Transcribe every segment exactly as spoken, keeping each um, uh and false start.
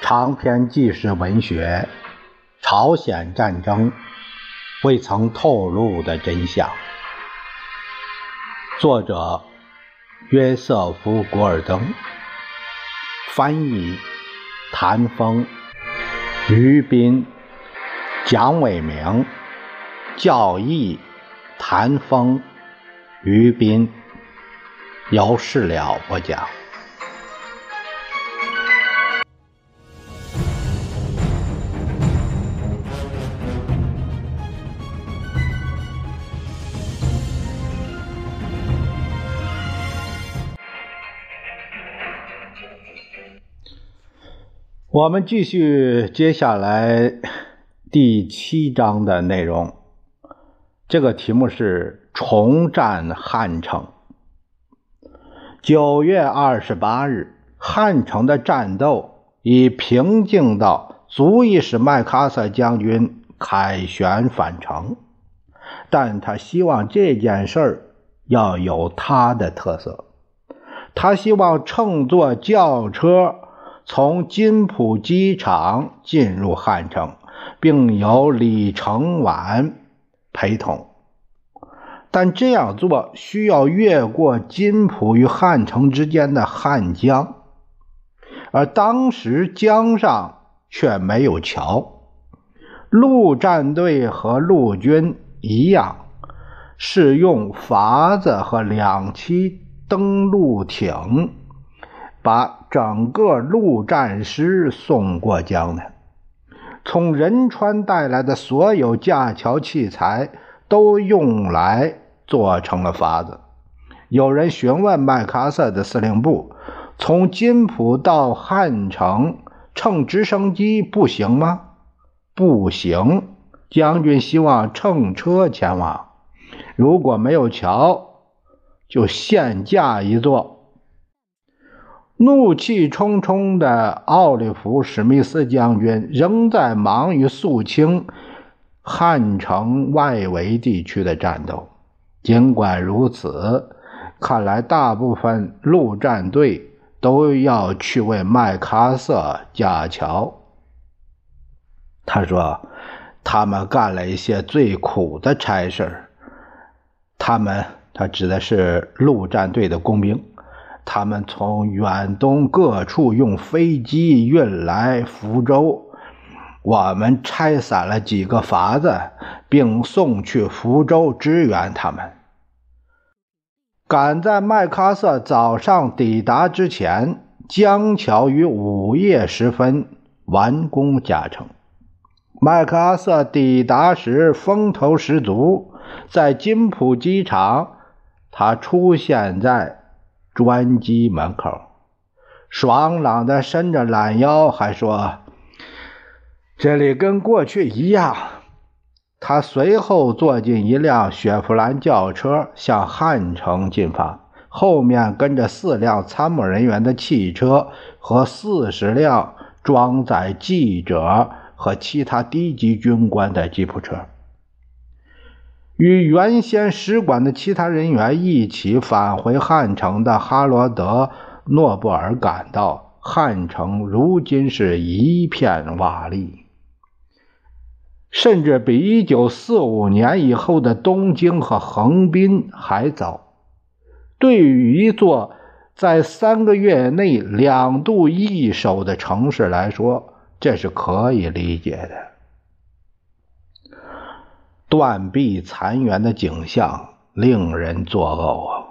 长篇纪实文学《朝鲜战争未曾透露的真相》，作者约瑟夫·古尔登，翻译谭峰、于斌、蒋伟明，校译谭峰、于斌，由事了播讲。我们继续接下来第七章的内容，这个题目是重战汉城。九月二十八日，汉城的战斗已平静到足以使麦克阿瑟将军凯旋返程，但他希望这件事儿要有他的特色。他希望乘坐轿车从金浦机场进入汉城，并由李承晚陪同，但这样做需要越过金浦与汉城之间的汉江，而当时江上却没有桥。陆战队和陆军一样，是用筏子和两栖登陆艇把整个陆战师送过江的。从仁川带来的所有架桥器材都用来做成了筏子。有人询问麦克阿瑟的司令部，从金浦到汉城乘直升机不行吗？不行，将军希望乘车前往，如果没有桥，就限架一座。怒气冲冲的奥利弗·史密斯将军仍在忙于肃清汉城外围地区的战斗。尽管如此，看来大部分陆战队都要去为麦克阿瑟架桥。他说，他们干了一些最苦的差事。他们，他指的是陆战队的工兵，他们从远东各处用飞机运来福州，我们拆散了几个筏子，并送去福州支援他们。赶在麦克阿瑟早上抵达之前，江桥于午夜时分完工架成。麦克阿瑟抵达时风头十足，在金浦机场，他出现在专机门口，爽朗地伸着懒腰，还说这里跟过去一样。他随后坐进一辆雪佛兰轿车向汉城进发，后面跟着四辆参谋人员的汽车和四十辆装载记者和其他低级军官的吉普车。与原先使馆的其他人员一起返回汉城的哈罗德·诺布尔感到，汉城如今是一片瓦砾，甚至比一九四五年以后的东京和横滨还糟。对于一座在三个月内两度易手的城市来说，这是可以理解的。断壁残垣的景象令人作呕啊！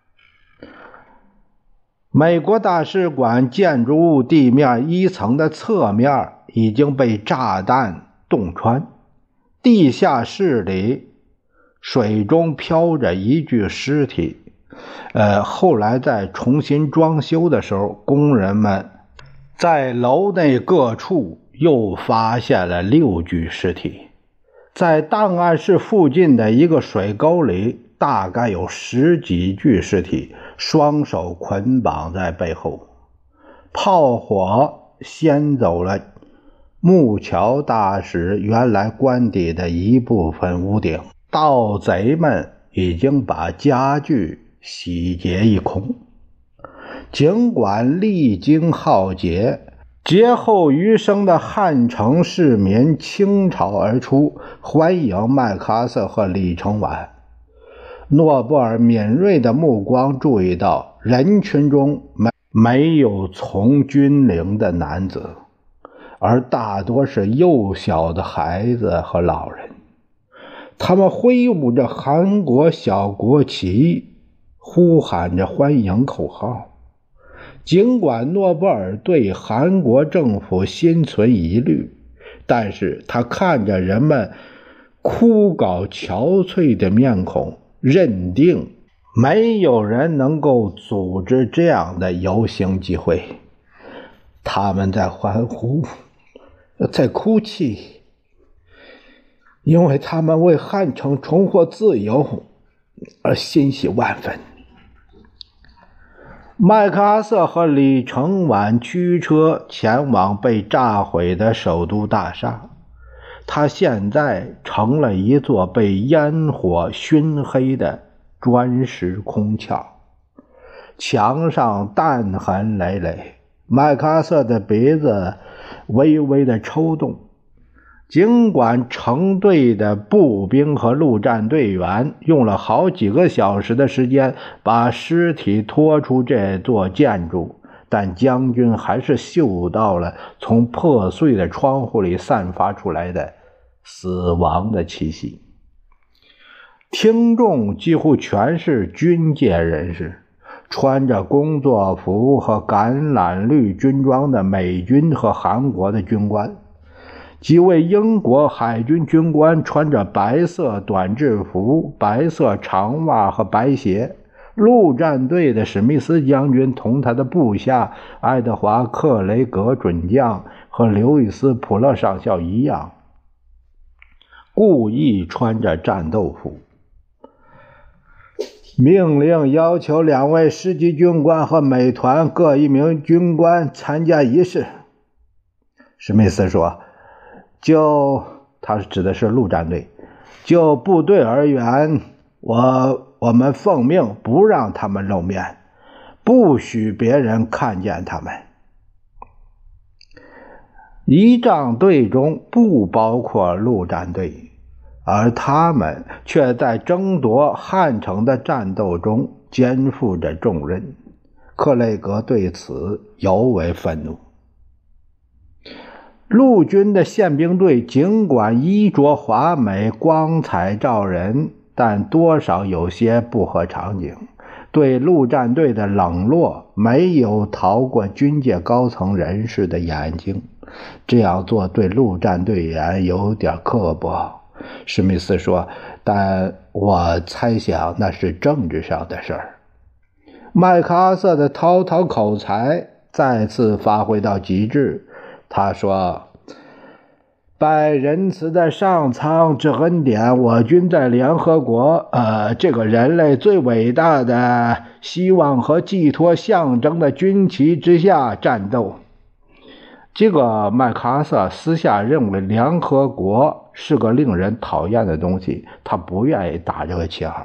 美国大使馆建筑物地面一层的侧面已经被炸弹洞穿，地下室里水中飘着一具尸体。呃，后来在重新装修的时候，工人们在楼内各处又发现了六具尸体。在档案室附近的一个水沟里，大概有十几具尸体，双手捆绑在背后。炮火掀走了木桥大使原来官邸的一部分屋顶，盗贼们已经把家具洗劫一空。尽管历经浩劫， 劫后余生的汉城市民倾巢而出，欢迎麦克阿瑟和李承晚。诺布尔敏锐的目光注意到人群中没没有从军龄的男子，而大多是幼小的孩子和老人。他们挥舞着韩国小国旗，呼喊着欢迎口号。尽管诺布尔对韩国政府心存疑虑，但是他看着人们枯槁憔悴的面孔，认定没有人能够组织这样的游行集会。他们在欢呼，在哭泣，因为他们为汉城重获自由而欣喜万分。麦克阿瑟和李承晚驱车前往被炸毁的首都大厦，它现在成了一座被烟火熏黑的砖石空壳，墙上弹痕累累。麦克阿瑟的鼻子微微的抽动。尽管成队的步兵和陆战队员用了好几个小时的时间把尸体拖出这座建筑，但将军还是嗅到了从破碎的窗户里散发出来的死亡的气息。听众几乎全是军界人士，穿着工作服和橄榄绿军装的美军和韩国的军官，几位英国海军军官穿着白色短制服、白色长袜和白鞋。陆战队的史密斯将军同他的部下爱德华·克雷格准将和刘易斯·普勒上校一样，故意穿着战斗服。命令要求两位师级军官和美团各一名军官参加仪式。史密斯说，就他指的是陆战队，就部队而言，我我们奉命不让他们露面，不许别人看见他们。仪仗队中不包括陆战队，而他们却在争夺汉城的战斗中肩负着重任。克雷格对此尤为愤怒。陆军的宪兵队尽管衣着华美、光彩照人，但多少有些不合常景。对陆战队的冷落没有逃过军界高层人士的眼睛，这样做对陆战队员有点刻薄。史密斯说，但我猜想那是政治上的事儿。麦克阿瑟的滔滔口才再次发挥到极致。他说，拜仁慈的上苍之恩典，我军在联合国呃，这个人类最伟大的希望和寄托象征的军旗之下战斗。这个麦克阿瑟私下认为联合国是个令人讨厌的东西，他不愿意打这个旗号。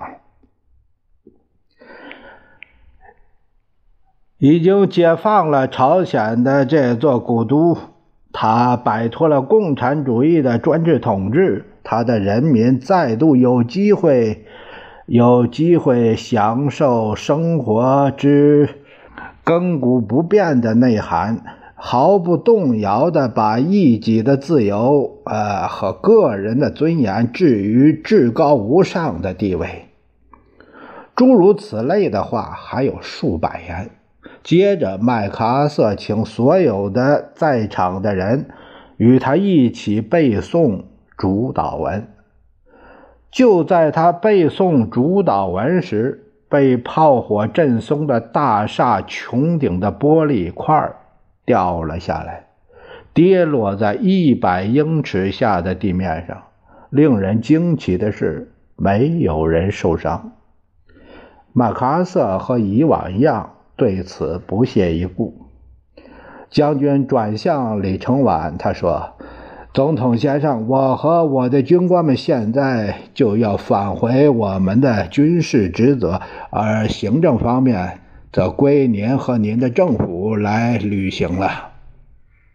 已经解放了朝鲜的这座古都，他摆脱了共产主义的专制统治，他的人民再度有机会有机会享受生活之亘古不变的内涵，毫不动摇地把一己的自由呃和个人的尊严置于至高无上的地位。诸如此类的话还有数百言。接着麦克阿瑟请所有的在场的人与他一起背诵主祷文。就在他背诵主祷文时，被炮火震松的大厦穹顶的玻璃块掉了下来，跌落在一百英尺下的地面上。令人惊奇的是，没有人受伤。麦克阿瑟和以往一样对此不屑一顾。将军转向李承晚，他说，总统先生，我和我的军官们现在就要返回我们的军事职责，而行政方面则归您和您的政府来履行了。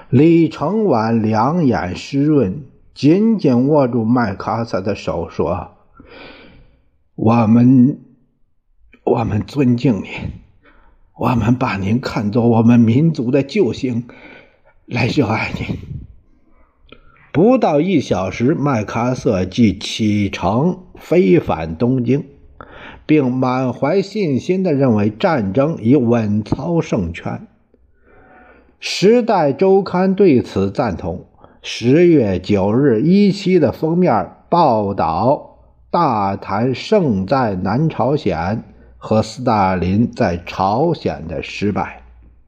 李承晚两眼湿润，紧紧握住麦克阿瑟的手说：我们我们尊敬您，我们把您看作我们民族的救星，来热爱您。不到一小时，麦克阿瑟即启程飞返东京，并满怀信心地认为战争已稳操胜券。时代周刊对此赞同。十月九日一期的封面报道大谈胜在南朝鲜和斯大林在朝鲜的失败。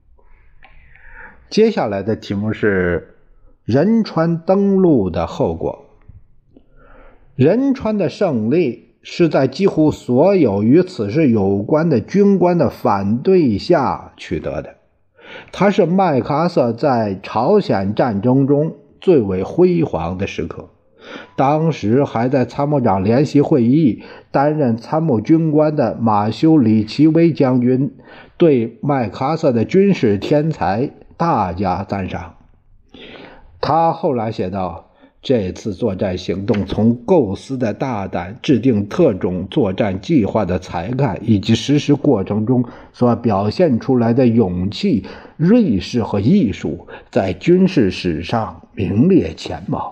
接下来的题目是仁川登陆的后果。仁川的胜利是在几乎所有与此事有关的军官的反对下取得的。它是麦克阿瑟在朝鲜战争中最为辉煌的时刻。当时还在参谋长联席会议担任参谋军官的马修·里奇威将军对麦克阿瑟的军事天才大加赞赏。他后来写道，这次作战行动从构思的大胆、制定特种作战计划的才干，以及实施过程中所表现出来的勇气、锐势和艺术，在军事史上名列前茅。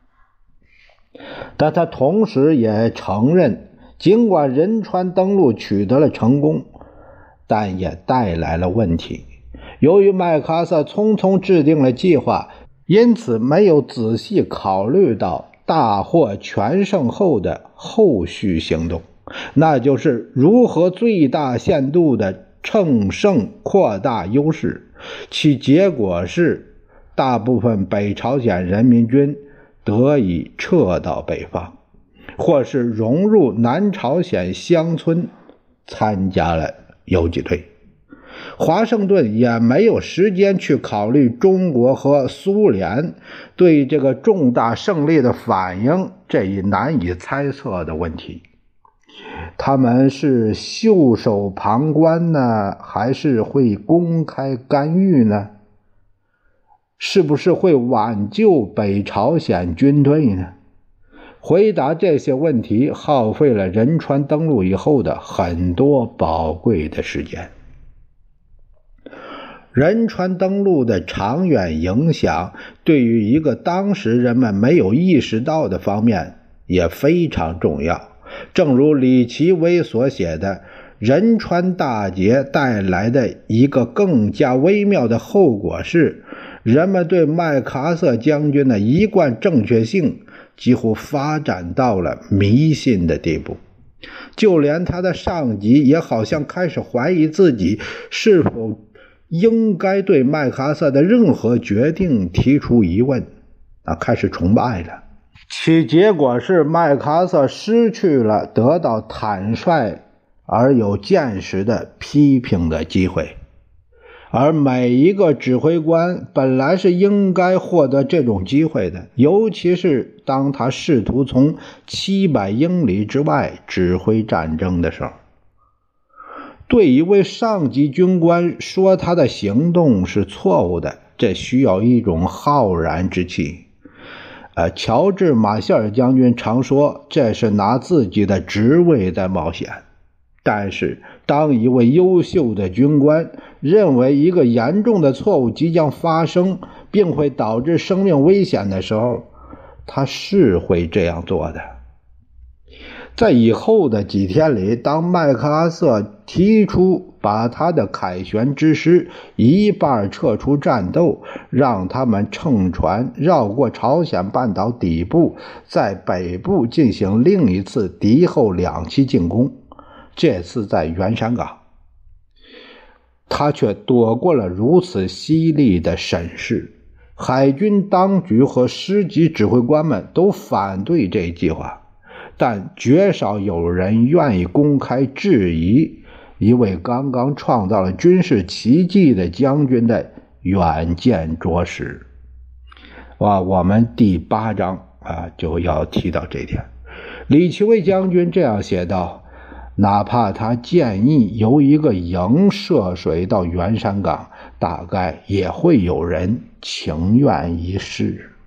但他同时也承认，尽管仁川登陆取得了成功，但也带来了问题。由于麦克阿瑟匆匆制定了计划，因此没有仔细考虑到大获全胜后的后续行动，那就是如何最大限度地乘胜扩大优势。其结果是大部分北朝鲜人民军得以撤到北方，或是融入南朝鲜乡村参加了游击队。华盛顿也没有时间去考虑中国和苏联对这个重大胜利的反应这一难以猜测的问题。他们是袖手旁观呢，还是会公开干预呢？是不是会挽救北朝鲜军队呢？回答这些问题耗费了仁川登陆以后的很多宝贵的时间。仁川登陆的长远影响对于一个当时人们没有意识到的方面也非常重要。正如李奇微所写的，仁川大捷带来的一个更加微妙的后果是，人们对麦克阿瑟将军的一贯正确性几乎发展到了迷信的地步。就连他的上级也好像开始怀疑自己是否应该对麦克阿瑟的任何决定提出疑问，啊，开始崇拜了。其结果是麦克阿瑟失去了得到坦率而有见识的批评的机会，而每一个指挥官本来是应该获得这种机会的，尤其是当他试图从七百英里之外指挥战争的时候。对一位上级军官说他的行动是错误的，这需要一种浩然之气。呃，乔治·马歇尔将军常说，这是拿自己的职位在冒险。但是当一位优秀的军官认为一个严重的错误即将发生，并会导致生命危险的时候，他是会这样做的。在以后的几天里，当麦克阿瑟提出把他的凯旋之师一半撤出战斗，让他们乘船绕过朝鲜半岛底部，在北部进行另一次敌后两栖进攻，这次在圆山港，他却躲过了如此犀利的审视。海军当局和师级指挥官们都反对这一计划，但绝少有人愿意公开质疑一位刚刚创造了军事奇迹的将军的远见卓识。哇，我们第八章啊就要提到这一点。李奇微将军这样写道： 哪怕他建议由一个营涉水到圆山港，大概也会有人情愿一试。